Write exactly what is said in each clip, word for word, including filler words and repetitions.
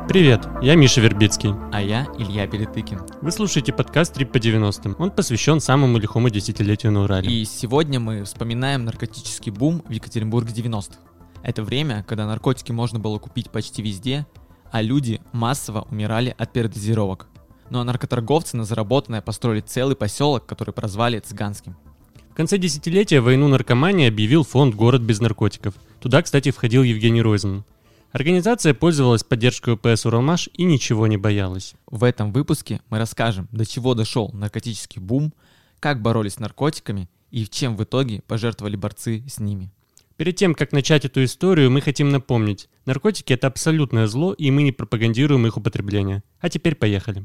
Привет, я Миша Вербицкий. А я Илья Белетыкин. Вы слушаете подкаст «Трип по девяностым». Он посвящен самому лихому десятилетию на Урале. И сегодня мы вспоминаем наркотический бум в Екатеринбурге девяностых. Это время, когда наркотики можно было купить почти везде, а люди массово умирали от передозировок. Ну а наркоторговцы на заработанное построили целый поселок, который прозвали Цыганским. В конце десятилетия войну наркомании объявил фонд «Город без наркотиков». Туда, кстати, входил Евгений Ройзман. Организация пользовалась поддержкой ОПС «Уралмаш» и ничего не боялась. В этом выпуске мы расскажем, до чего дошел наркотический бум, как боролись с наркотиками и чем в итоге пожертвовали борцы с ними. Перед тем, как начать эту историю, мы хотим напомнить, наркотики – это абсолютное зло, и мы не пропагандируем их употребление. А теперь поехали.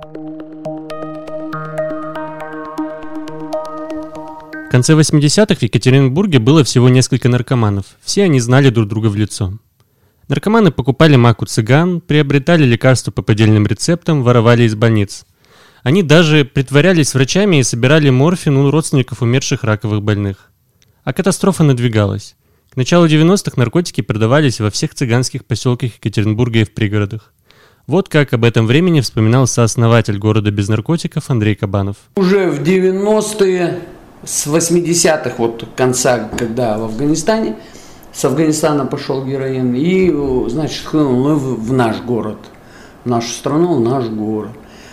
В конце восьмидесятых в Екатеринбурге было всего несколько наркоманов. Все они знали друг друга в лицо. Наркоманы покупали мак у цыган, приобретали лекарства по поддельным рецептам, воровали из больниц. Они даже притворялись врачами и собирали морфин у родственников умерших раковых больных. А катастрофа надвигалась. К началу девяностых наркотики продавались во всех цыганских поселках Екатеринбурга и в пригородах. Вот как об этом времени вспоминал сооснователь города без наркотиков Андрей Кабанов. Уже в девяностые, с восьмидесятых, вот конца, когда в Афганистане, с Афганистана пошел героин и, значит, хлынул в наш город, в нашу страну, в наш город.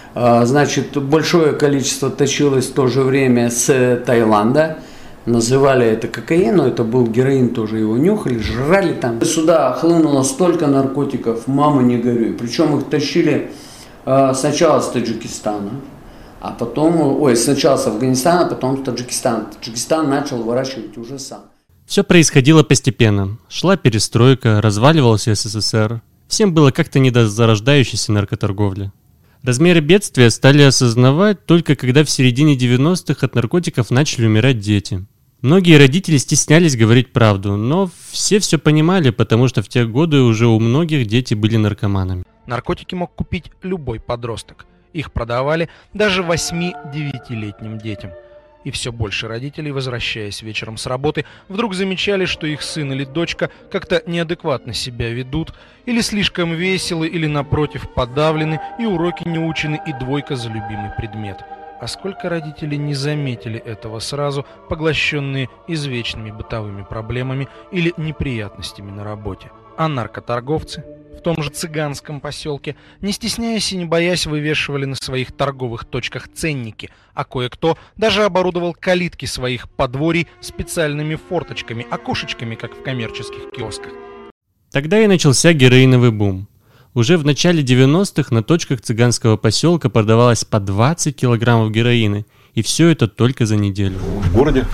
Значит, большое количество точилось в то же время с Таиланда. Называли это кокаин, но это был героин, тоже его нюхали, жрали там. Сюда хлынуло столько наркотиков, мама не горюй. Причем их тащили сначала с Таджикистана, а потом, ой, сначала с Афганистана, потом с Таджикистана. Таджикистан начал выращивать уже сам. Все происходило постепенно. Шла перестройка, разваливался СССР. Всем было как-то не до зарождающейся наркоторговли. Размеры бедствия стали осознавать только когда в середине девяностых от наркотиков начали умирать дети. Многие родители стеснялись говорить правду, но все все понимали, потому что в те годы уже у многих дети были наркоманами. Наркотики мог купить любой подросток. Их продавали даже восьми-девятилетним детям. И все больше родителей, возвращаясь вечером с работы, вдруг замечали, что их сын или дочка как-то неадекватно себя ведут, или слишком веселы, или, напротив, подавлены, и уроки не учены, и двойка за любимый предмет. А сколько родителей не заметили этого сразу, поглощенные извечными бытовыми проблемами или неприятностями на работе. А наркоторговцы в том же цыганском поселке, не стесняясь и не боясь, вывешивали на своих торговых точках ценники, а кое-кто даже оборудовал калитки своих подворий специальными форточками, окошечками, как в коммерческих киосках. Тогда и начался героиновый бум. Уже в начале девяностых на точках цыганского поселка продавалось по двадцать килограммов героина, и все это только за неделю. В городе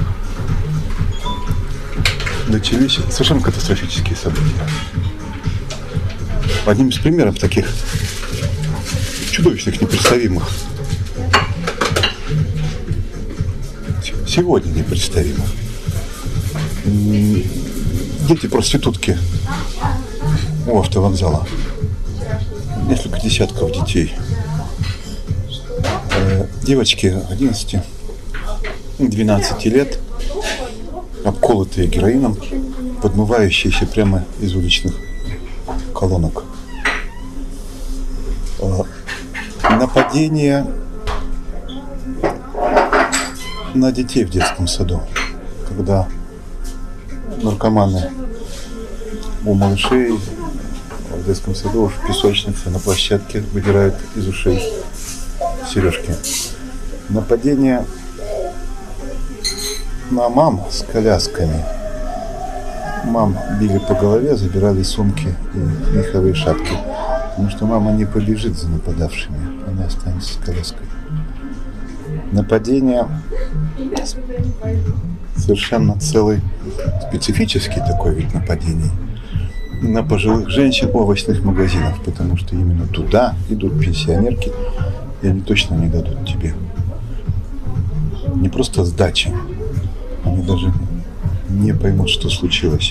начались совершенно катастрофические события. Одним из примеров таких чудовищных, непредставимых, сегодня непредставимых, дети-проститутки у автовокзала. Несколько десятков детей. Девочки одиннадцати-двенадцати лет, обколотые героином, подмывающиеся прямо из уличных колонок. Нападение на детей в детском саду, когда наркоманы у малышей в детском саду, уж в песочнице, на площадке выдирают из ушей сережки. Нападение на мам с колясками. Мам били по голове, забирали сумки и меховые шапки. Потому что мама не побежит за нападавшими, она останется с коляской. Нападение совершенно целый специфический такой вид нападений на пожилых женщин у овощных магазинов, потому что именно туда идут пенсионерки, и они точно не дадут тебе не просто сдачи, они даже не поймут, что случилось.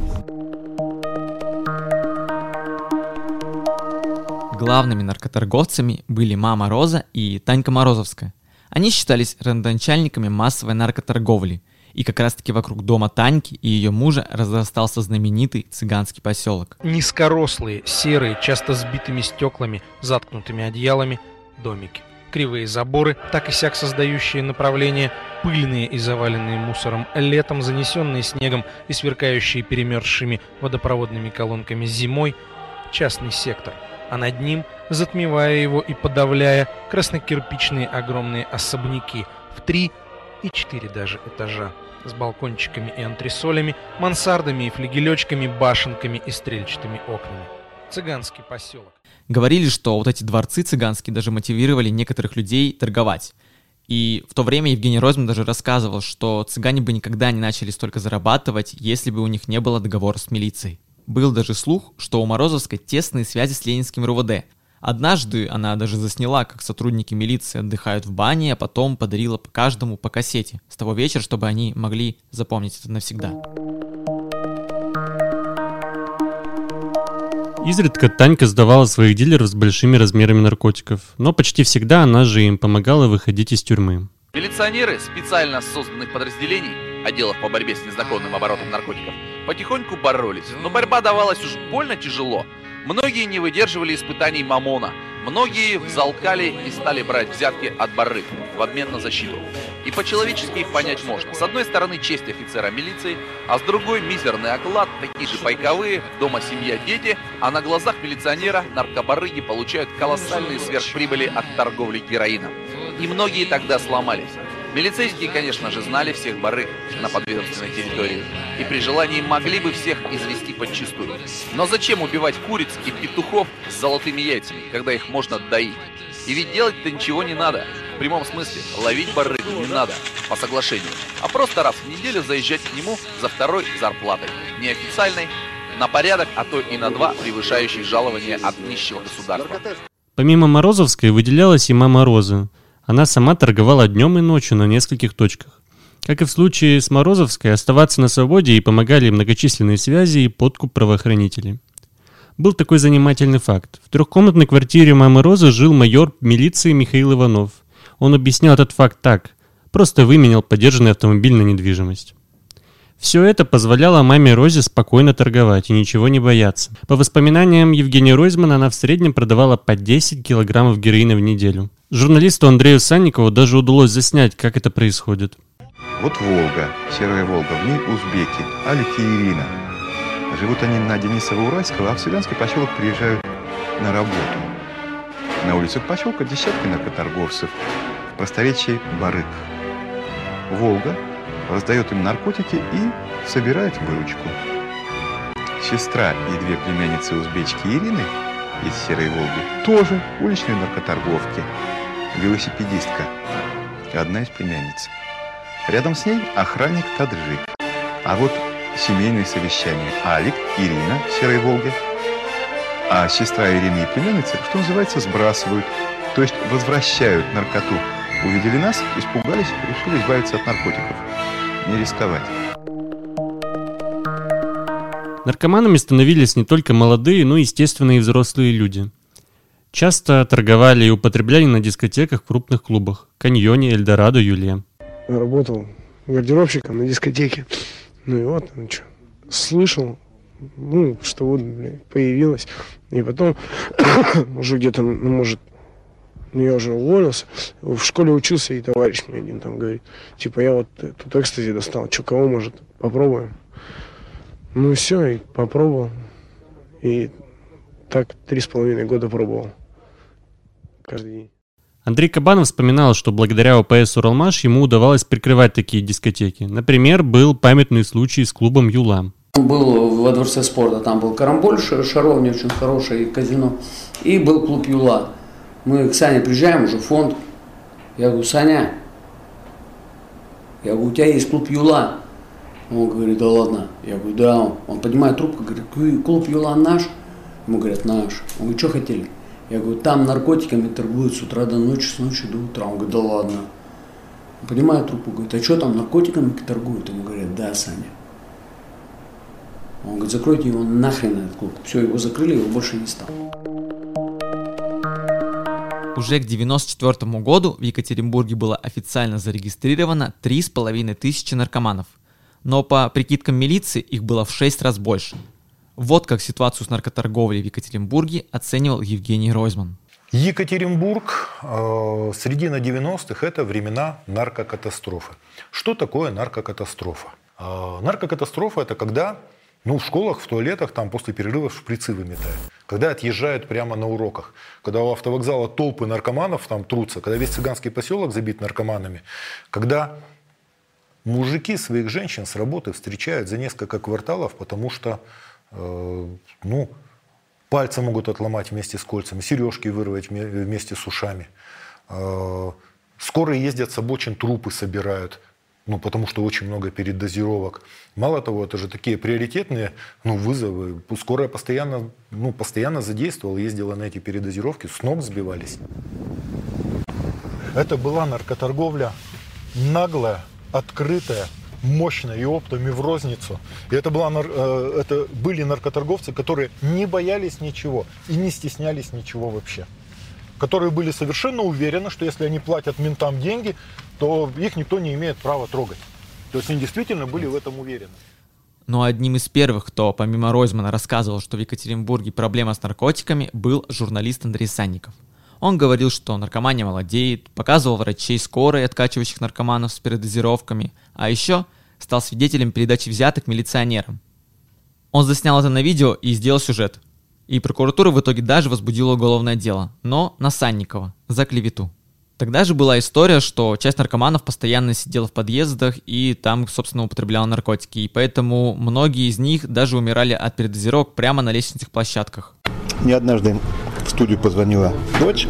Главными наркоторговцами были мама Роза и Танька Морозовская. Они считались родоначальниками массовой наркоторговли И как раз-таки вокруг дома Таньки и ее мужа разрастался знаменитый цыганский поселок. Низкорослые, серые, часто сбитыми стеклами, заткнутыми одеялами домики. Кривые заборы, так и сяк создающие направление, пыльные и заваленные мусором летом, занесенные снегом и сверкающие перемерзшими водопроводными колонками зимой, частный сектор, а над ним, затмевая его и подавляя, краснокирпичные огромные особняки в три и четыре даже этажа, с балкончиками и антресолями, мансардами и флигелечками, башенками и стрельчатыми окнами. Цыганский поселок. Говорили, что вот эти дворцы цыганские даже мотивировали некоторых людей торговать. И в то время Евгений Ройзман даже рассказывал, что цыгане бы никогда не начали столько зарабатывать, если бы у них не было договора с милицией. Был даже слух, что у Морозовской тесные связи с ленинским РУВД. Однажды она даже засняла, как сотрудники милиции отдыхают в бане, а потом подарила каждому по кассете с того вечера, чтобы они могли запомнить это навсегда. Изредка Танька сдавала своих дилеров с большими размерами наркотиков, но почти всегда она же им помогала выходить из тюрьмы. Милиционеры специально созданных подразделений, отделов по борьбе с незаконным оборотом наркотиков, потихоньку боролись, но борьба давалась уж больно тяжело. Многие не выдерживали испытаний МОМОНа, многие взалкали и стали брать взятки от барыг в обмен на защиту. И по-человечески их понять можно. С одной стороны честь офицера милиции, а с другой мизерный оклад, такие же пайковые, дома семья, дети, а на глазах милиционера наркобарыги получают колоссальные сверхприбыли от торговли героином. И многие тогда сломались. Милицейские, конечно же, знали всех барыг на подведомственной территории и при желании могли бы всех извести подчистую. Но зачем убивать куриц и петухов с золотыми яйцами, когда их можно доить? И ведь делать-то ничего не надо. В прямом смысле, ловить барыгу не надо по соглашению, а просто раз в неделю заезжать к нему за второй зарплатой. Неофициальной, на порядок, а то и на два превышающей жалования от нищего государства. Помимо Морозовской выделялась и мама Розы. Она сама торговала днем и ночью на нескольких точках. Как и в случае с Морозовской, оставаться на свободе ей помогали многочисленные связи и подкуп правоохранителей. Был такой занимательный факт. В трехкомнатной квартире мамы Розы жил майор милиции Михаил Иванов. Он объяснял этот факт так: просто выменял подержанный автомобиль на недвижимость. Все это позволяло маме Розе спокойно торговать и ничего не бояться. По воспоминаниям Евгения Ройзмана, она в среднем продавала по десять килограммов героина в неделю. Журналисту Андрею Санникову даже удалось заснять, как это происходит. Вот Волга, серая Волга, в ней узбеки, Алик и Ирина. Живут они на Денисово-Уральского, а в Цыганский поселок приезжают на работу. На улицах поселка десятки наркоторговцев, в просторечии барыг. Волга раздает им наркотики и собирает выручку. Сестра и две племянницы узбечки Ирины из серой Волги тоже уличные наркоторговки, велосипедистка, одна из племянниц. Рядом с ней охранник таджик. А вот семейное совещание. Алик, Ирина в серой Волге. А сестра Ирины и племянницы, что называется, сбрасывают, то есть возвращают наркоту. Увидели нас, испугались, решили избавиться от наркотиков. Не рисковать. Наркоманами становились не только молодые, но и, естественно, и взрослые люди. Часто торговали и употребляли на дискотеках в крупных клубах – Каньоне, Эльдорадо, Юле. Работал гардеробщиком на дискотеке. Ну и вот, ну что, слышал, ну, что вот, блин, появилось. И потом уже где-то, ну, может, ну, я уже уволился, в школе учился, и товарищ мне один там говорит, типа, я вот тут экстази достал, что, кого, может, попробуем? Ну и все, и попробовал. И так три с половиной года пробовал. Каждый день. Андрей Кабанов вспоминал, что благодаря ОПС «Уралмаш» ему удавалось прикрывать такие дискотеки. Например, был памятный случай с клубом «Юла». Он был во Дворце спорта, там был карамболь, шаровня очень хорошая, казино, и был клуб «Юла». Мы к Сане приезжаем, уже фонд. Я говорю, Саня, я говорю, у тебя есть клуб «Юла». Он говорит, да ладно. Я говорю, да. Он поднимает трубку, говорит, клуб «Юла» наш? Ему говорят, наш. Он говорит, что хотели? Я говорю, там наркотиками торгуют с утра до ночи, с ночи до утра. Он говорит, да ладно. Он поднимает трубку, говорит, а что там наркотиками торгуют? Ему говорят, да, Саня. Он говорит, закройте его нахрен этот клуб. Все, его закрыли, его больше не стало. Уже к девяносто четвёртому году в Екатеринбурге было официально зарегистрировано три с половиной тысячи наркоманов, но по прикидкам милиции их было в шесть раз больше. Вот как ситуацию с наркоторговлей в Екатеринбурге оценивал Евгений Ройзман. Екатеринбург, э, середина девяностых – это времена наркокатастрофы. Что такое наркокатастрофа? Э, наркокатастрофа – это когда ну, в школах, в туалетах там после перерывов шприцы выметают. Когда отъезжают прямо на уроках. Когда у автовокзала толпы наркоманов там трутся. Когда весь цыганский поселок забит наркоманами. Когда мужики своих женщин с работы встречают за несколько кварталов, потому что э, ну, пальцы могут отломать вместе с кольцами, сережки вырвать вместе с ушами. Э, скорые ездят с обочин, трупы собирают. Ну, потому что очень много передозировок. Мало того, это же такие приоритетные ну, вызовы. Скорая постоянно, ну, постоянно задействовала, ездила на эти передозировки, с ног сбивались. Это была наркоторговля наглая, открытая, мощная и оптом, и в розницу. И это, была, это были наркоторговцы, которые не боялись ничего и не стеснялись ничего вообще. Которые были совершенно уверены, что если они платят ментам деньги, то их никто не имеет права трогать. То есть они действительно были в этом уверены. Но одним из первых, кто помимо Ройзмана рассказывал, что в Екатеринбурге проблема с наркотиками, был журналист Андрей Санников. Он говорил, что наркомания молодеет, показывал врачей скорой, откачивающих наркоманов с передозировками, а еще стал свидетелем передачи взяток милиционерам. Он заснял это на видео и сделал сюжет. И прокуратура в итоге даже возбудила уголовное дело, но на Санникова, за клевету. Тогда же была история, что часть наркоманов постоянно сидела в подъездах и там, собственно, употребляла наркотики. И поэтому многие из них даже умирали от передозировок прямо на лестничных площадках. Мне однажды в студию позвонила дочь.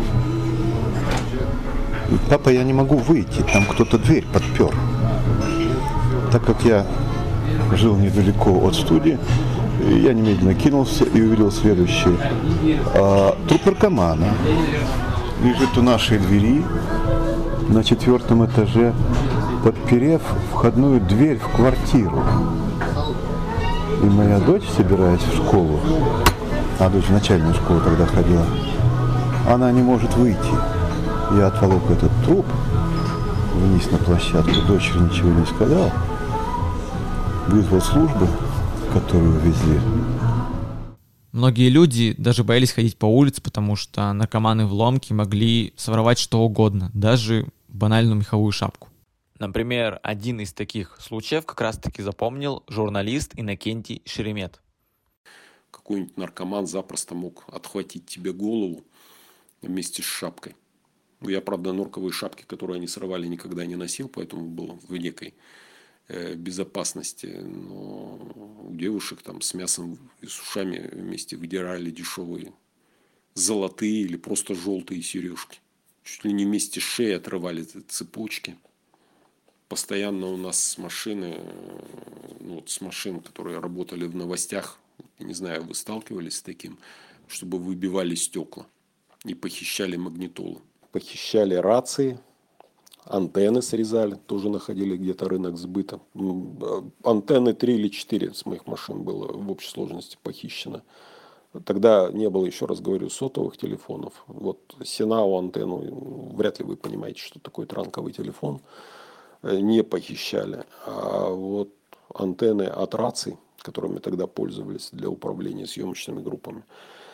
Папа, я не могу выйти, там кто-то дверь подпер. Так как я жил недалеко от студии, я немедленно кинулся и увидел следующее. А, труп наркомана лежит у нашей двери на четвертом этаже, подперев входную дверь в квартиру. И моя дочь, собираясь в школу, а дочь в начальную школу тогда ходила, она не может выйти. Я отволок этот труп вниз на площадку, дочери ничего не сказал, вызвал службу, которую везли. Многие люди даже боялись ходить по улице, потому что наркоманы в ломке могли своровать что угодно, даже банальную меховую шапку. Например, один из таких случаев как раз-таки запомнил журналист Иннокентий Шеремет. Какой-нибудь наркоман запросто мог отхватить тебе голову вместе с шапкой. Я, правда, норковые шапки, которые они срывали, никогда не носил, поэтому был в некой безопасности, но у девушек там с мясом и с ушами вместе выдирали дешевые золотые или просто желтые сережки. Чуть ли не вместе с шеей отрывали цепочки. Постоянно у нас с машины, ну, вот с машин, которые работали в новостях, не знаю, вы сталкивались с таким, чтобы выбивали стекла и похищали магнитолы. Похищали рации. Антенны срезали, тоже находили где-то рынок сбыта. Антенны три или четыре с моих машин было в общей сложности похищено. Тогда не было, еще раз говорю, сотовых телефонов. Вот Синау антенну, вряд ли вы понимаете, что такое транковый телефон, не похищали. А вот антенны от раций, которыми тогда пользовались для управления съемочными группами,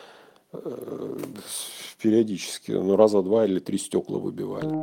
периодически, ну, раза два или три стекла выбивали.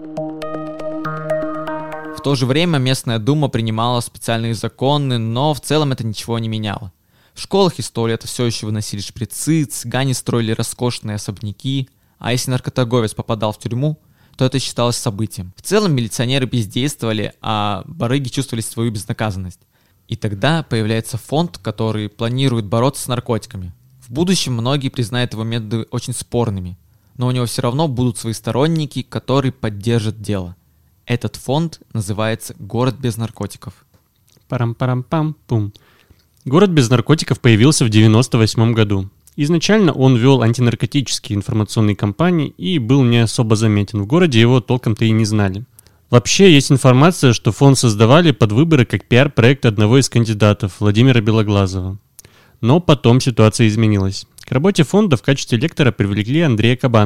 В то же время местная дума принимала специальные законы, но в целом это ничего не меняло. В школах из туалета все еще выносили шприцы, цыгане строили роскошные особняки, а если наркоторговец попадал в тюрьму, то это считалось событием. В целом милиционеры бездействовали, а барыги чувствовали свою безнаказанность. И тогда появляется фонд, который планирует бороться с наркотиками. В будущем многие признают его методы очень спорными, но у него все равно будут свои сторонники, которые поддержат дело. Этот фонд называется «Город без наркотиков». Парам-парам-пам-пум. Город без наркотиков появился в девяносто восьмом году. Изначально он вел антинаркотические информационные кампании и был не особо заметен. В городе его толком-то и не знали. Вообще есть информация, что фонд создавали под выборы как пиар-проект одного из кандидатов, Владимира Белоглазова. Но потом ситуация изменилась. К работе фонда в качестве лектора привлекли Андрея Кабанова,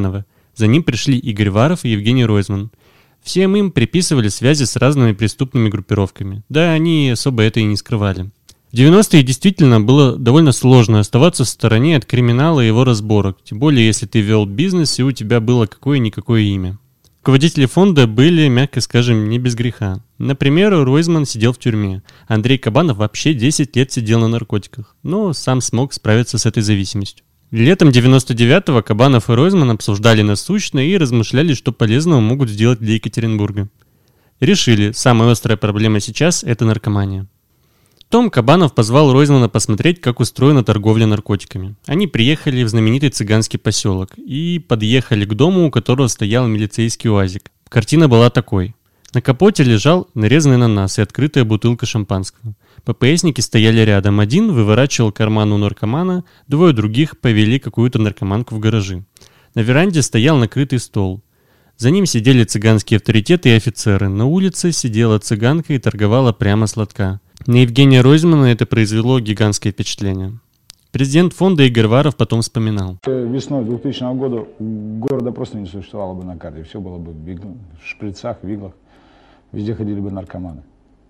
За ним пришли Игорь Варов и Евгений Ройзман. Всем им приписывали связи с разными преступными группировками. Да, они особо это и не скрывали. В девяностые действительно было довольно сложно оставаться в стороне от криминала и его разборок, тем более если ты вел бизнес и у тебя было какое-никакое имя. Руководители фонда были, мягко скажем, не без греха. Например, Ройзман сидел в тюрьме. Андрей Кабанов вообще десять лет сидел на наркотиках, но сам смог справиться с этой зависимостью. Летом девяносто девятого Кабанов и Ройзман обсуждали насущное и размышляли, что полезного могут сделать для Екатеринбурга. Решили, самая острая проблема сейчас – это наркомания. Потом Кабанов позвал Ройзмана посмотреть, как устроена торговля наркотиками. Они приехали в знаменитый цыганский поселок и подъехали к дому, у которого стоял милицейский УАЗик. Картина была такой. На капоте лежал нарезанный ананас и открытая бутылка шампанского. ППСники стояли рядом. Один выворачивал карман у наркомана, двое других повели какую-то наркоманку в гаражи. На веранде стоял накрытый стол. За ним сидели цыганские авторитеты и офицеры. На улице сидела цыганка и торговала прямо с лотка. На Евгения Ройзмана это произвело гигантское впечатление. Президент фонда Игорь Варов потом вспоминал. Весной двухтысячного года города просто не существовало бы на карте. Все было бы в шприцах, в иглах. Везде ходили бы наркоманы.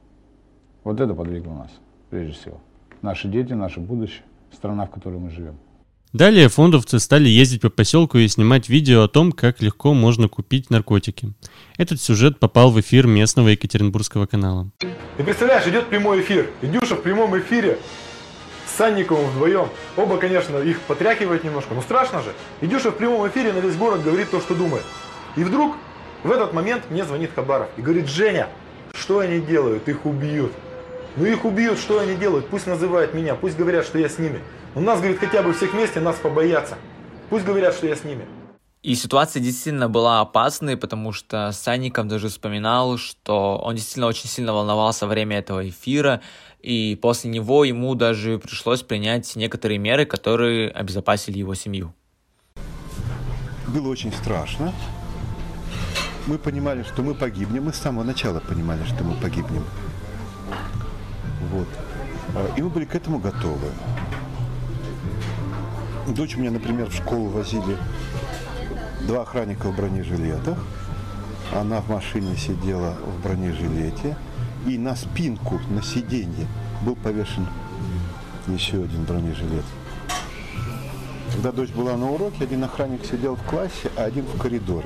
Вот это подвигло нас, прежде всего. Наши дети, наше будущее, страна, в которой мы живем. Далее фондовцы стали ездить по поселку и снимать видео о том, как легко можно купить наркотики. Этот сюжет попал в эфир местного екатеринбургского канала. Ты представляешь, идет прямой эфир. Идюша в прямом эфире с Санниковым вдвоем. Оба, конечно, их потряхивает немножко, но страшно же. Идюша в прямом эфире на весь город говорит то, что думает. И вдруг в этот момент мне звонит Хабаров и говорит: Женя, что они делают? Их убьют. Ну их убьют, что они делают? Пусть называют меня, пусть говорят, что я с ними. У нас, говорит, хотя бы всех вместе нас побоятся. Пусть говорят, что я с ними. И ситуация действительно была опасной, потому что Санников даже вспоминал, что он действительно очень сильно волновался во время этого эфира, и после него ему даже пришлось принять некоторые меры, которые обезопасили его семью. Было очень страшно. Мы понимали, что мы погибнем. Мы с самого начала понимали, что мы погибнем. Вот. И мы были к этому готовы. Дочь у меня, например, в школу возили два охранника в бронежилетах. Она в машине сидела в бронежилете. И на спинку, на сиденье был повешен еще один бронежилет. Когда дочь была на уроке, один охранник сидел в классе, а один в коридоре.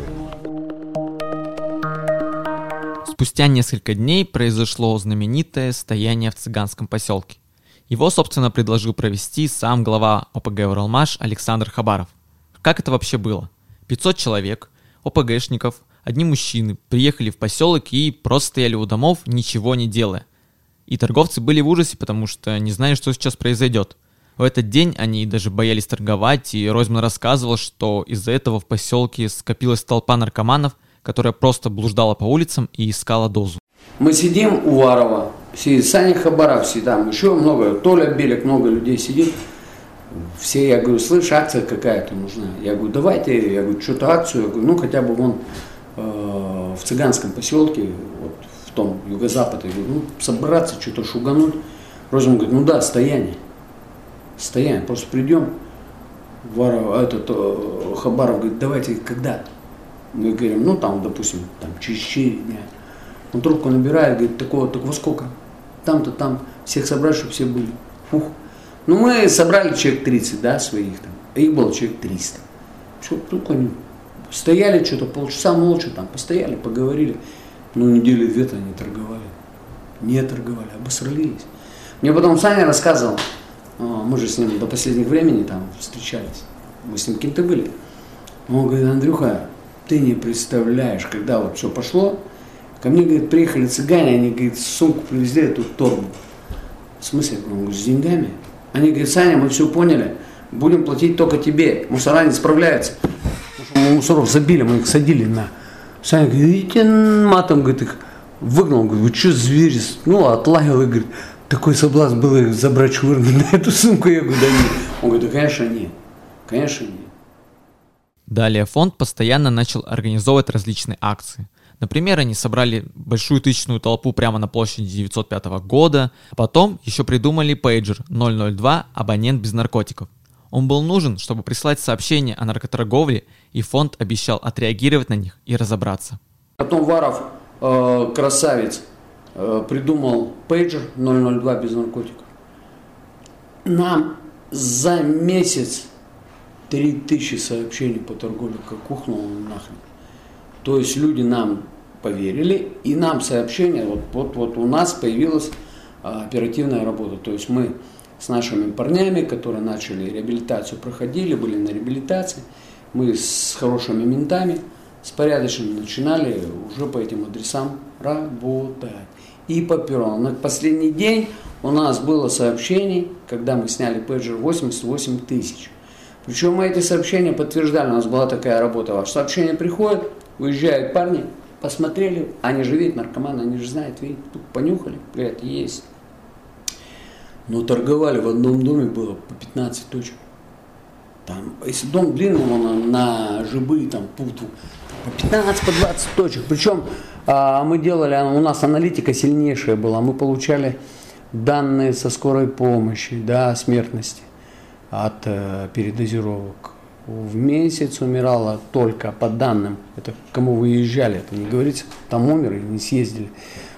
Спустя несколько дней произошло знаменитое стояние в цыганском поселке. Его, собственно, предложил провести сам глава ОПГ «Уралмаш» Александр Хабаров. Как это вообще было? пятьсот человек, ОПГшников, одни мужчины, приехали в поселок и просто стояли у домов, ничего не делая. И торговцы были в ужасе, потому что не знали, что сейчас произойдет. В этот день они даже боялись торговать, и Ройзман рассказывал, что из-за этого в поселке скопилась толпа наркоманов, которая просто блуждала по улицам и искала дозу. Мы сидим у Варова, сидит Саня Хабаров, сидит там еще много, Толя Белик, много людей сидит. Все, я говорю, слышь, акция какая-то нужна. Я говорю, давайте, я говорю, что-то акцию, я говорю, ну хотя бы вон э, в цыганском поселке, вот в том юго-западе, я говорю, ну собраться, что-то шугануть. Ройзман говорит, ну да, стояние, стояние, просто придем. Варов, этот э, Хабаров говорит, давайте, когда? Мы говорим, ну там, допустим, там, через четыре дня. Он трубку набирает, говорит, такого, так во сколько? Там-то, там, всех собрать, чтобы все были. Фух. Ну, мы собрали человек тридцать, да, своих там. А их было человек триста. Все, только они стояли что-то полчаса молча там, постояли, поговорили. Ну, недели две-то они торговали. Не торговали, обосрались. Мне потом Саня рассказывал, мы же с ним до последнего времени там встречались. Мы с ним кем-то были. Он говорит, Андрюха, ты не представляешь, когда вот все пошло, ко мне, говорит, приехали цыгане, они, говорит, сумку привезли, эту торбу. В смысле? Он говорит, с деньгами. Они говорят, Саня, мы все поняли, будем платить только тебе, мусора не справляются. Мы мусоров забили, мы их садили на... Саня говорит, идите матом, говорит, их выгнал, говорит, вы что, звери? Ну, отлагил, и говорит, такой соблазн был их забрать, швырнуть на эту сумку. Я говорю, да нет. Он говорит, да, конечно, нет, конечно, нет. Далее фонд постоянно начал организовывать различные акции. Например, они собрали большую тысячную толпу прямо на площади девятьсот пятого года, а потом еще придумали пейджер ноль ноль два «Абонент без наркотиков». Он был нужен, чтобы прислать сообщения о наркоторговле, и фонд обещал отреагировать на них и разобраться. Потом Варов, э, красавец, э, придумал пейджер ноль ноль два без наркотиков. Нам за месяц три тысячи сообщений по торговле, как ухнуло нахрен. То есть люди нам поверили, и нам сообщения, вот, вот, вот у нас появилась а, оперативная работа. То есть мы с нашими парнями, которые начали реабилитацию, проходили, были на реабилитации, мы с хорошими ментами, с порядочными начинали уже по этим адресам работать. И по первому. На последний день у нас было сообщений, когда мы сняли пейджер, восемьдесят восемь тысяч. Причем мы эти сообщения подтверждали, у нас была такая работа. Ваше сообщение приходит, уезжают парни, посмотрели, они же видят, наркоманы, они же знают, видят, тут понюхали, говорят, есть. Но торговали в одном доме было по пятнадцать точек. Там, если дом длинный, он на жибы, там, по пятнадцать, по двадцать точек. Причем а, мы делали, у нас аналитика сильнейшая была, мы получали данные со скорой помощи, да, о смертности от э, передозировок. В месяц умирало только по данным, это кому выезжали, это не говорится, там умерли, не съездили,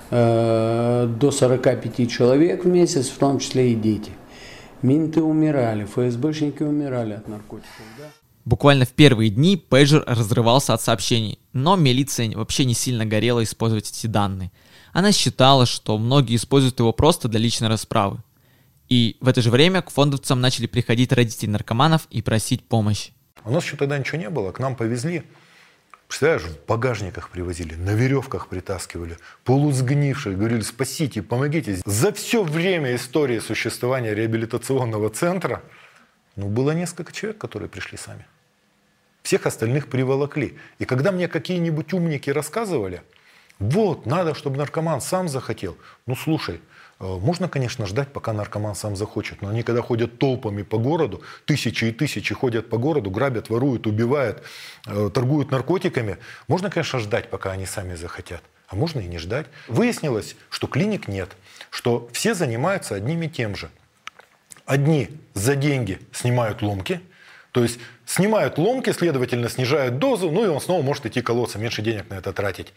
э, до сорок пять человек в месяц, в том числе и дети. Менты умирали, ФСБшники умирали от наркотиков. Да? Буквально в первые дни пейджер разрывался от сообщений, но милиция вообще не сильно горела использовать эти данные. Она считала, что многие используют его просто для личной расправы. И в это же время к фондовцам начали приходить родители наркоманов и просить помощи. У нас еще тогда ничего не было, к нам повезли. Представляешь, в багажниках привозили, на веревках притаскивали, полусгнивших, говорили, спасите, помогите. За все время истории существования реабилитационного центра, ну, было несколько человек, которые пришли сами. Всех остальных приволокли. И когда мне какие-нибудь умники рассказывали, вот, надо, чтобы наркоман сам захотел. Ну, слушай, можно, конечно, ждать, пока наркоман сам захочет, но они, когда ходят толпами по городу, тысячи и тысячи ходят по городу, грабят, воруют, убивают, торгуют наркотиками, можно, конечно, ждать, пока они сами захотят, а можно и не ждать. Выяснилось, что клиник нет, что все занимаются одним и тем же. Одни за деньги снимают ломки, то есть снимают ломки, следовательно, снижают дозу, ну и он снова может идти колоться, меньше денег на это тратить.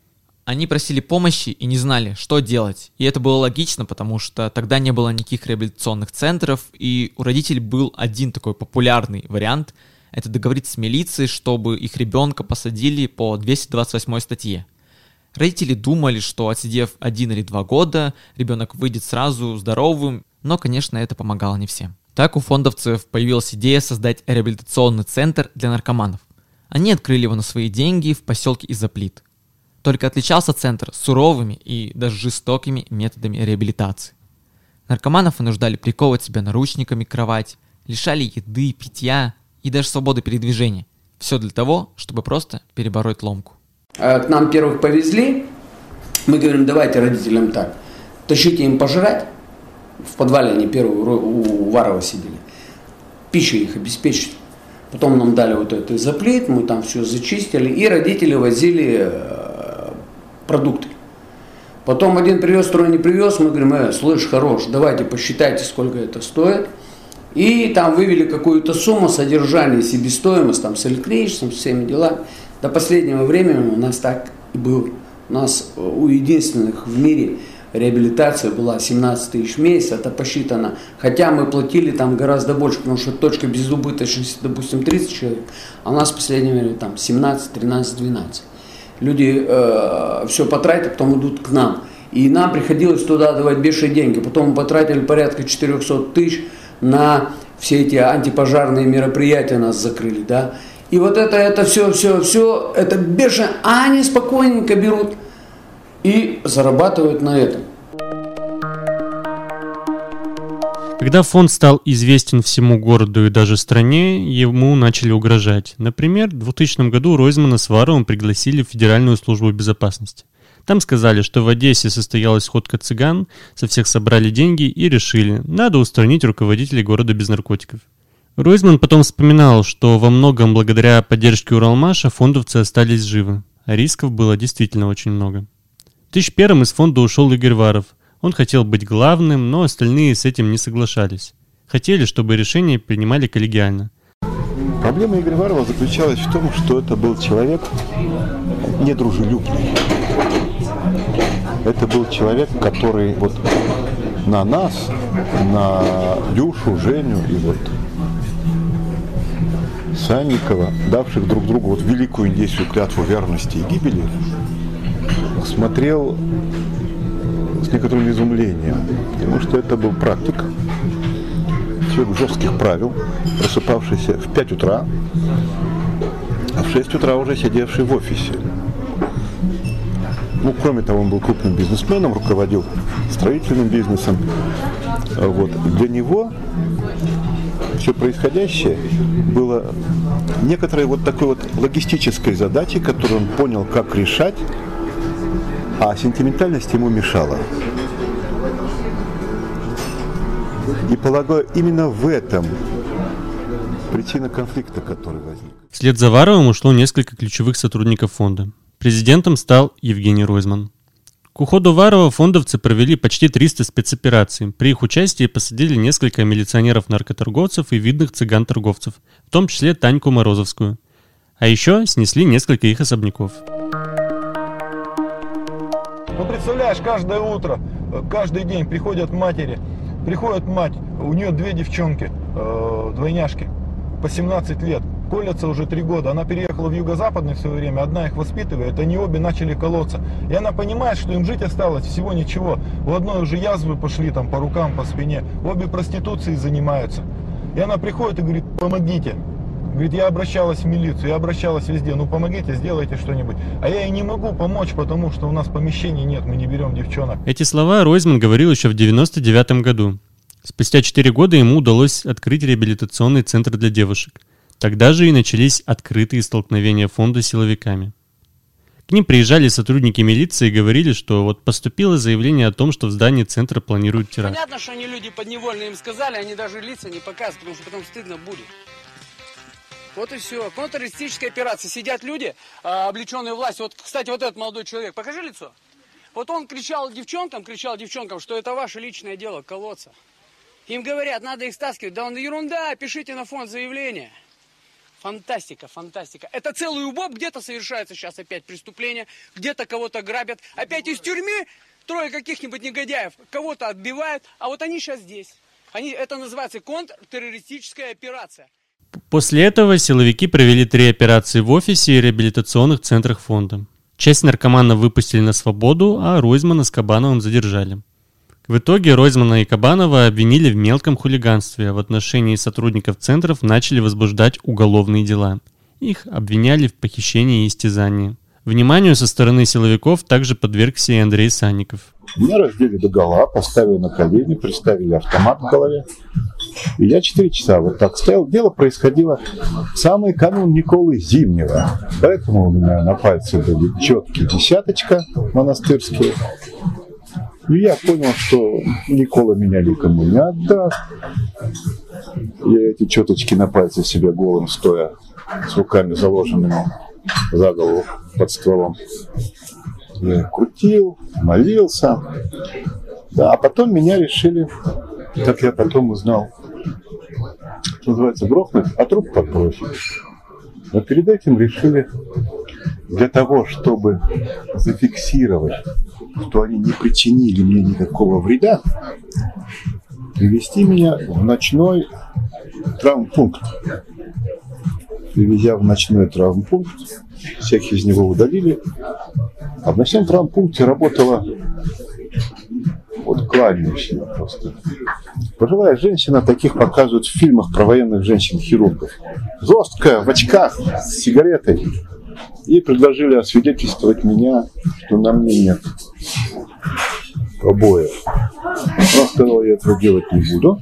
Они просили помощи и не знали, что делать. И это было логично, потому что тогда не было никаких реабилитационных центров, и у родителей был один такой популярный вариант – это договориться с милицией, чтобы их ребенка посадили по двести двадцать восьмой статье. Родители думали, что отсидев один или два года, ребенок выйдет сразу здоровым, но, конечно, это помогало не всем. Так у фондовцев появилась идея создать реабилитационный центр для наркоманов. Они открыли его на свои деньги в поселке Изоплит. Только отличался центр суровыми и даже жестокими методами реабилитации. Наркоманов вынуждали приковывать себя наручниками к кровати, лишали еды, питья и даже свободы передвижения. Все для того, чтобы просто перебороть ломку. К нам первых повезли, мы говорим, давайте родителям так, тащите им пожрать, в подвале они первые у Варова сидели, пищу их обеспечить. Потом нам дали вот этот изоплит, мы там все зачистили, и родители возили продукты. Потом один привез, второй не привез, мы говорим, э, слышь, хорош, давайте посчитайте, сколько это стоит. И там вывели какую-то сумму, содержание, себестоимость, там с электричеством, с всеми делами. До последнего времени у нас так и было. У нас у единственных в мире реабилитация была семнадцать тысяч в месяц, это посчитано. Хотя мы платили там гораздо больше, потому что точка безубыточности, допустим, тридцать человек, а у нас в последнее время там семнадцать, тринадцать, двенадцать. Люди э, все потратят, потом идут к нам. И нам приходилось туда давать бешеные деньги. Потом мы потратили порядка четыреста тысяч на все эти антипожарные мероприятия, нас закрыли, да. И вот это, это все, все, все, это бешено, а они спокойненько берут и зарабатывают на этом. Когда фонд стал известен всему городу и даже стране, ему начали угрожать. Например, в двухтысячном году Ройзмана с Варовым пригласили в Федеральную службу безопасности. Там сказали, что в Одессе состоялась сходка цыган, со всех собрали деньги и решили, надо устранить руководителей города без наркотиков. Ройзман потом вспоминал, что во многом благодаря поддержке Уралмаша фондовцы остались живы, а рисков было действительно очень много. В две тысячи первом из фонда ушел Игорь Варов. Он хотел быть главным, но остальные с этим не соглашались. Хотели, чтобы решения принимали коллегиально. Проблема Игоря Варова заключалась в том, что это был человек недружелюбный. Это был человек, который вот на нас, на Дюшу, Женю и вот Санникова, давших друг другу вот великую индейскую клятву верности и гибели, смотрел с некоторым изумлением, потому что это был практик, человек жестких правил, просыпавшийся в пять утра, а в шесть утра уже сидевший в офисе. Ну, кроме того, он был крупным бизнесменом, руководил строительным бизнесом. Вот. Для него все происходящее было некоторой вот такой вот логистической задачей, которую он понял, как решать, а сентиментальность ему мешала. И, полагаю, именно в этом причина конфликта, который возник. Вслед за Варовым ушло несколько ключевых сотрудников фонда. Президентом стал Евгений Ройзман. К уходу Варова фондовцы провели почти триста спецопераций. При их участии посадили несколько милиционеров-наркоторговцев и видных цыган-торговцев, в том числе Таньку Морозовскую. А еще снесли несколько их особняков. Ну, представляешь, каждое утро, каждый день приходят матери. Приходит мать, у нее две девчонки, э, двойняшки, по семнадцать лет. Колятся уже три года. Она переехала в Юго-Западный в свое время, одна их воспитывает, они обе начали колоться. И она понимает, что им жить осталось всего ничего. У одной уже язвы пошли там по рукам, по спине. Обе проституцией занимаются. И она приходит и говорит: помогите. Говорит: я обращалась в милицию, я обращалась везде, ну помогите, сделайте что-нибудь. А я ей не могу помочь, потому что у нас помещений нет, мы не берем девчонок. Эти слова Ройзман говорил еще в девяносто девятом году. Спустя четыре года ему удалось открыть реабилитационный центр для девушек. Тогда же и начались открытые столкновения фонда с силовиками. К ним приезжали сотрудники милиции и говорили, что вот поступило заявление о том, что в здании центра планируют теракт. Понятно, что они люди подневольные, им сказали, они даже лица не показывают, потому что потом стыдно будет. Вот и все. Контртеррористическая операция. Сидят люди, облеченные властью. Вот, кстати, вот этот молодой человек, покажи лицо. Вот он кричал девчонкам, кричал девчонкам, что это ваше личное дело, колоться. Им говорят, надо их стаскивать. Да он ерунда, пишите на фонд заявление. Фантастика, фантастика. Это целый УБОП, где-то совершается сейчас опять преступление, где-то кого-то грабят. Опять из тюрьмы трое каких-нибудь негодяев кого-то отбивают, а вот они сейчас здесь. Они, это называется контртеррористическая операция. После этого силовики провели три операции в офисе и реабилитационных центрах фонда. Часть наркоманов выпустили на свободу, а Ройзмана с Кабановым задержали. В итоге Ройзмана и Кабанова обвинили в мелком хулиганстве, а в отношении сотрудников центров начали возбуждать уголовные дела. Их обвиняли в похищении и истязании. Вниманию со стороны силовиков также подвергся и Андрей Санников. Меня раздели догола, поставили на колени, приставили автомат к голове. И я четыре часа вот так стоял. Дело происходило в самый канун Николы Зимнего. Поэтому у меня на пальце были четкие десяточка монастырские. И я понял, что Никола меня никому не отдаст. Я эти четочки на пальце себе голым стоя, с руками заложенными за голову под стволом, я крутил, молился. Да, а потом меня решили, как я потом узнал, что называется, грохнуть, а труп подбросить. Но перед этим решили, для того, чтобы зафиксировать, что они не причинили мне никакого вреда, привести меня в ночной травмпункт. Привезя в ночной травмпункт, всех из него удалили. А в ночном травмпункте работала, вот кланяюсь я просто, пожилая женщина, таких показывают в фильмах про военных женщин-хирургов. Жесткая, в очках, с сигаретой. И предложили освидетельствовать меня, что на мне нет побоев. Я сказал, я этого делать не буду.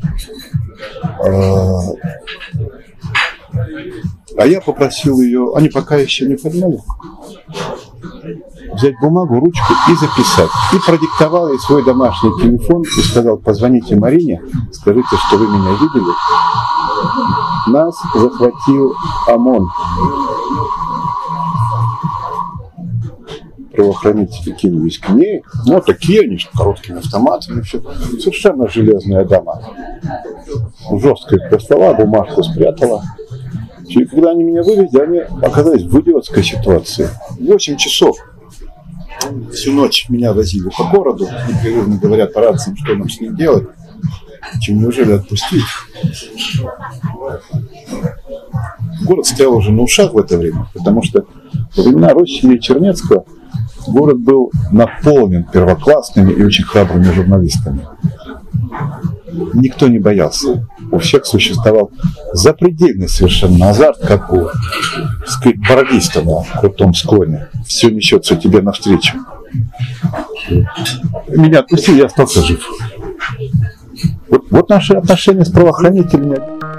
А я попросил ее, они пока еще не понимали, взять бумагу, ручку и записать. И продиктовал ей свой домашний телефон и сказал: позвоните Марине, скажите, что вы меня видели. Нас захватил ОМОН. Правоохранители кинулись к ней. Ну, такие они, с короткими автоматами. Все. Совершенно железная дама. жесткая перслова, бумажку спрятала. И когда они меня вывезли, они оказались в идиотской ситуации. Восемь часов всю ночь меня возили по городу, непрерывно говоря по рациям, что нам с ним делать. Чем неужели отпустить? Город стоял уже на ушах в это время, потому что во времена Рощина и Чернецкого город был наполнен первоклассными и очень храбрыми журналистами. Никто не боялся. У всех существовал запредельный совершенно азарт, как у, так сказать, бородиста на крутом склоне. Все несется тебе навстречу. Меня отпустили, я остался жив. Вот, вот наши отношения с правоохранителями.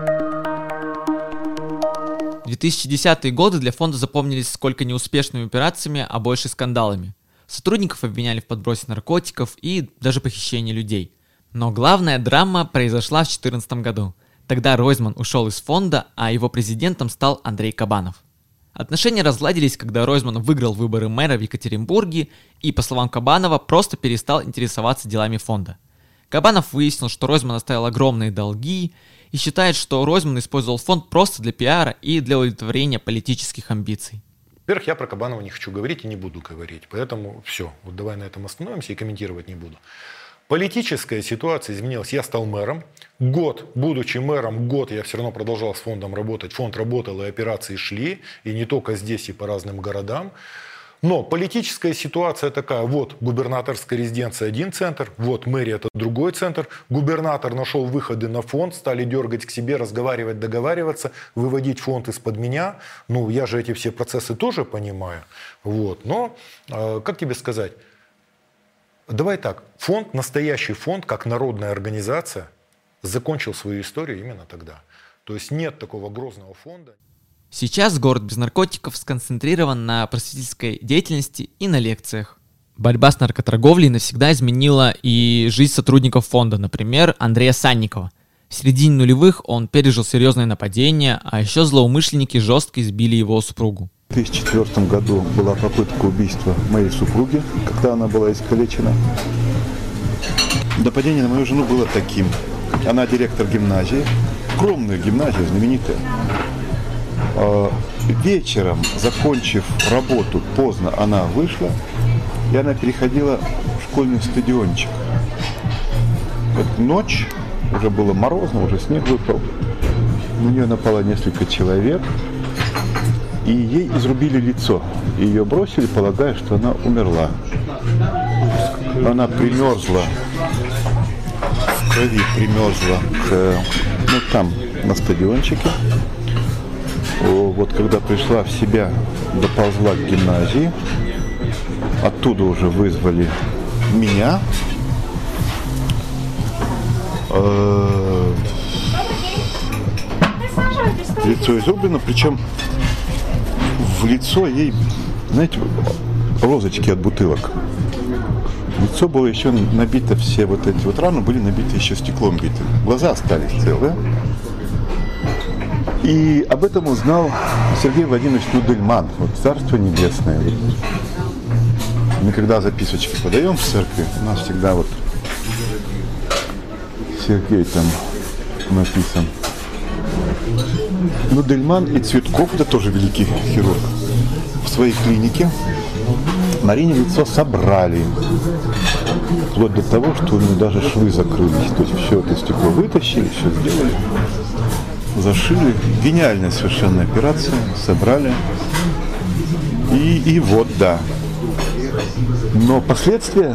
две тысячи десятые годы для фонда запомнились сколько неуспешными операциями, а больше скандалами. Сотрудников обвиняли в подбросе наркотиков и даже похищении людей. Но главная драма произошла в две тысячи четырнадцатом году. Тогда Ройзман ушел из фонда, а его президентом стал Андрей Кабанов. Отношения разладились, когда Ройзман выиграл выборы мэра в Екатеринбурге и, по словам Кабанова, просто перестал интересоваться делами фонда. Кабанов выяснил, что Ройзман оставил огромные долги и считает, что Ройзман использовал фонд просто для пиара и для удовлетворения политических амбиций. Во-первых, я про Кабанова не хочу говорить и не буду говорить, поэтому все, вот давай на этом остановимся и комментировать не буду. Политическая ситуация изменилась. Я стал мэром. Год, будучи мэром, год я все равно продолжал с фондом работать. Фонд работал, и операции шли. И не только здесь, и по разным городам. Но политическая ситуация такая. Вот губернаторская резиденция один центр. Вот мэрия это другой центр. Губернатор нашел выходы на фонд. Стали дергать к себе, разговаривать, договариваться. Выводить фонд из-под меня. Ну, я же эти все процессы тоже понимаю. Вот. Но, э, как тебе сказать... Давай так, фонд, настоящий фонд, как народная организация, закончил свою историю именно тогда. То есть нет такого грозного фонда. Сейчас город без наркотиков сконцентрирован на просветительской деятельности и на лекциях. Борьба с наркоторговлей навсегда изменила и жизнь сотрудников фонда, например, Андрея Санникова. В середине нулевых он пережил серьезное нападение, а еще злоумышленники жестко избили его супругу. В две тысячи четвёртом году была попытка убийства моей супруги, когда она была искалечена. Нападение на мою жену было таким. Она директор гимназии, огромная гимназия, знаменитая. Вечером, закончив работу, поздно она вышла, и она переходила в школьный стадиончик. Вот ночь, уже было морозно, уже снег выпал. На нее напало несколько человек. И ей изрубили лицо. Ее бросили, полагая, что она умерла. Она примерзла, в крови примерзла к, ну, там, на стадиончике. Вот когда пришла в себя, доползла к гимназии. Оттуда уже вызвали меня. Лицо изрублено, причем в лицо ей, знаете, розочки от бутылок. Лицо было еще набито, все вот эти вот раны были набиты еще стеклом битым. Глаза остались целые. И об этом узнал Сергей Владимирович Нудельман, вот царство небесное. Мы когда записочки подаем в церкви, у нас всегда вот Сергей там написан. Нудельман и Цветков, это тоже великий хирург, в своей клинике Марине лицо собрали, вплоть до того, что у нее даже швы закрылись. То есть все это стекло вытащили, все сделали, зашили. Гениальная совершенно операция, собрали. И, и вот, да. Но последствия,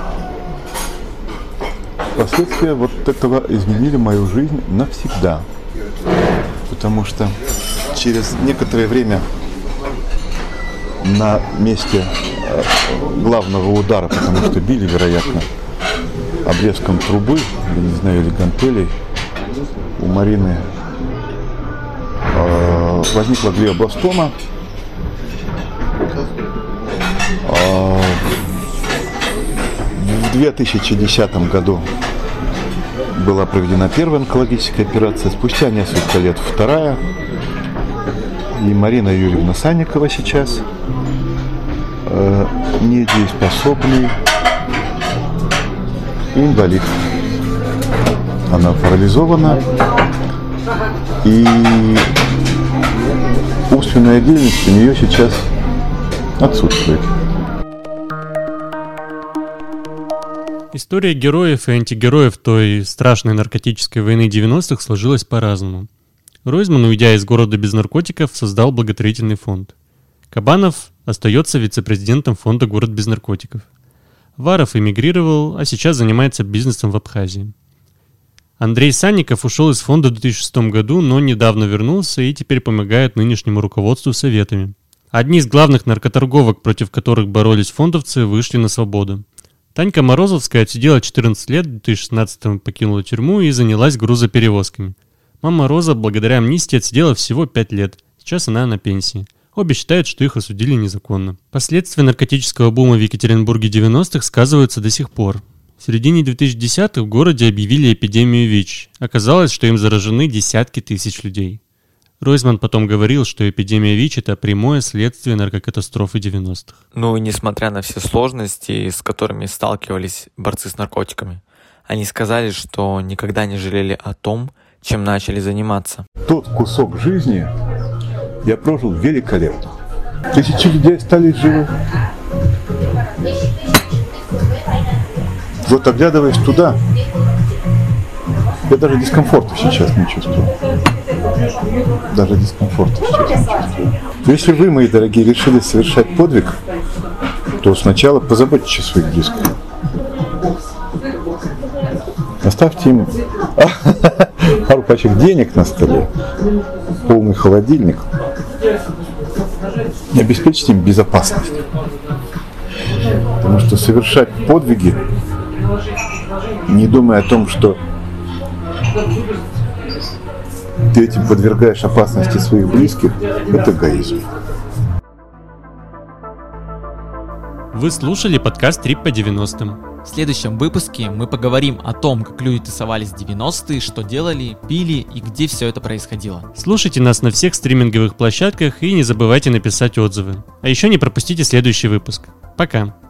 последствия вот этого изменили мою жизнь навсегда. Потому что через некоторое время на месте главного удара, потому что били, вероятно, обрезком трубы, я не знаю, или гантелей, у Марины э, возникла глиобластома. Э, в две тысячи десятом году была проведена первая онкологическая операция, спустя несколько лет вторая. И Марина Юрьевна Санникова сейчас э, недееспособный инвалид. Она парализована, и умственная деятельность у нее сейчас отсутствует. История героев и антигероев той страшной наркотической войны девяностых сложилась по-разному. Ройзман, уйдя из города без наркотиков, создал благотворительный фонд. Кабанов остается вице-президентом фонда «Город без наркотиков». Варов эмигрировал, а сейчас занимается бизнесом в Абхазии. Андрей Санников ушел из фонда в две тысячи шестом году, но недавно вернулся и теперь помогает нынешнему руководству советами. Одни из главных наркоторговок, против которых боролись фондовцы, вышли на свободу. Танька Морозовская отсидела четырнадцать лет, в две тысячи шестнадцатом покинула тюрьму и занялась грузоперевозками. Мама Роза благодаря амнистии отсидела всего пять лет, сейчас она на пенсии. Обе считают, что их осудили незаконно. Последствия наркотического бума в Екатеринбурге девяностых сказываются до сих пор. В середине две тысячи десятых в городе объявили эпидемию ВИЧ. Оказалось, что им заражены десятки тысяч людей. Ройзман потом говорил, что эпидемия ВИЧ – это прямое следствие наркокатастрофы девяностых. Ну и несмотря на все сложности, с которыми сталкивались борцы с наркотиками, они сказали, что никогда не жалели о том, чем начали заниматься. Тот кусок жизни я прожил великолепно. Тысячи людей стали живы. Вот оглядываясь туда, я даже дискомфорта сейчас не чувствую. Даже дискомфорта сейчас не чувствую. Если вы, мои дорогие, решили совершать подвиг, то сначала позаботьтесь о своих близких. Оставьте им пару пачек денег на столе, полный холодильник. И обеспечьте им безопасность. Потому что совершать подвиги, не думая о том, что ты этим подвергаешь опасности своих близких, это эгоизм. Вы слушали подкаст «Трип по девяностым». В следующем выпуске мы поговорим о том, как люди тусовались в девяностые, что делали, пили и где все это происходило. Слушайте нас на всех стриминговых площадках и не забывайте написать отзывы. А еще не пропустите следующий выпуск. Пока!